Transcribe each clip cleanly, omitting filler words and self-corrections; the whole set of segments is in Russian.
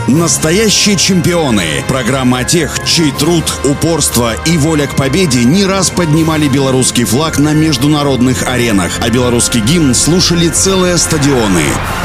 Настоящие чемпионы. Программа о тех, чей труд, упорство и воля к победе не раз поднимали белорусский флаг на международных аренах, а белорусский гимн слушали целые стадионы.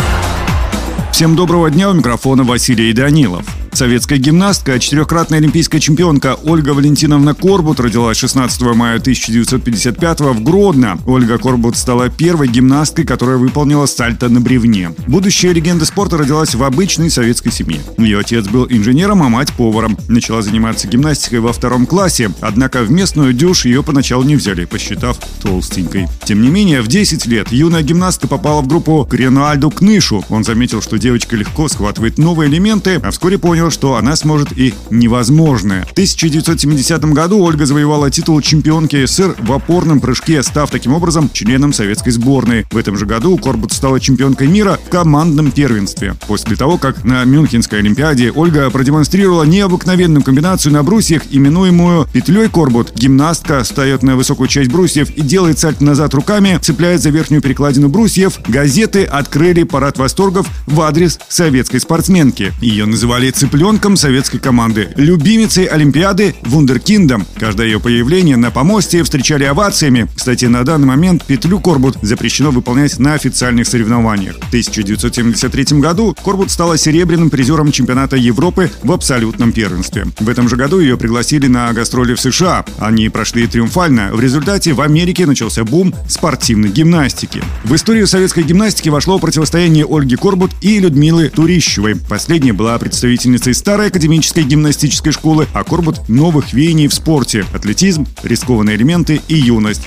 Всем доброго дня, у микрофона Василий Данилов. Советская гимнастка, четырехкратная олимпийская чемпионка Ольга Валентиновна Корбут родилась 16 мая 1955 в Гродно. Ольга Корбут стала первой гимнасткой, которая выполнила сальто на бревне. Будущая легенда спорта родилась в обычной советской семье. Ее отец был инженером, а мать поваром. Начала заниматься гимнастикой во 2 классе, однако в местную дюж ее поначалу не взяли, посчитав толстенькой. Тем не менее, в 10 лет юная гимнастка попала в группу к Ренуальду Кнышу. Он заметил, что девочка легко схватывает новые элементы, а вскоре понял, что она сможет и невозможное. В 1970 году Ольга завоевала титул чемпионки СССР в опорном прыжке, став таким образом членом советской сборной. В этом же году Корбут стала чемпионкой мира в командном первенстве. После того, как на Мюнхенской олимпиаде Ольга продемонстрировала необыкновенную комбинацию на брусьях, именуемую петлей Корбут, гимнастка встает на высокую часть брусьев и делает сальто назад руками, цепляет за верхнюю перекладину брусьев. Газеты открыли парад восторгов в адрес советской спортсменки. Ее называли цыпленком советской команды, любимицей Олимпиады, вундеркиндом. Каждое ее появление на помосте встречали овациями. Кстати, на данный момент петлю Корбут запрещено выполнять на официальных соревнованиях. В 1973 году Корбут стала серебряным призером чемпионата Европы в абсолютном первенстве. В этом же году ее пригласили на гастроли в США. Они прошли триумфально. В результате в Америке начался бум спортивной гимнастики. В историю советской гимнастики вошло противостояние Ольги Корбут и Людмилы Турищевой. Последняя была представительницей старой академической гимнастической школы, а Корбут — новых веяний в спорте: атлетизм, рискованные элементы и юность. В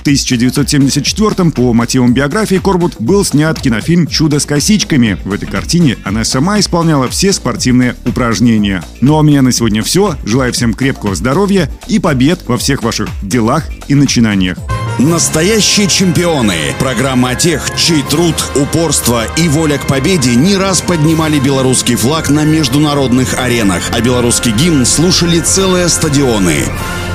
1974-м по мотивам биографии Корбут был снят кинофильм «Чудо с косичками». В этой картине она сама исполняла все спортивные упражнения. Ну а у меня на сегодня все. Желаю всем крепкого здоровья и побед во всех ваших делах и начинаниях. Настоящие чемпионы. Программа о тех, чей труд, упорство и воля к победе не раз поднимали белорусский флаг на международных аренах, а белорусский гимн слушали целые стадионы.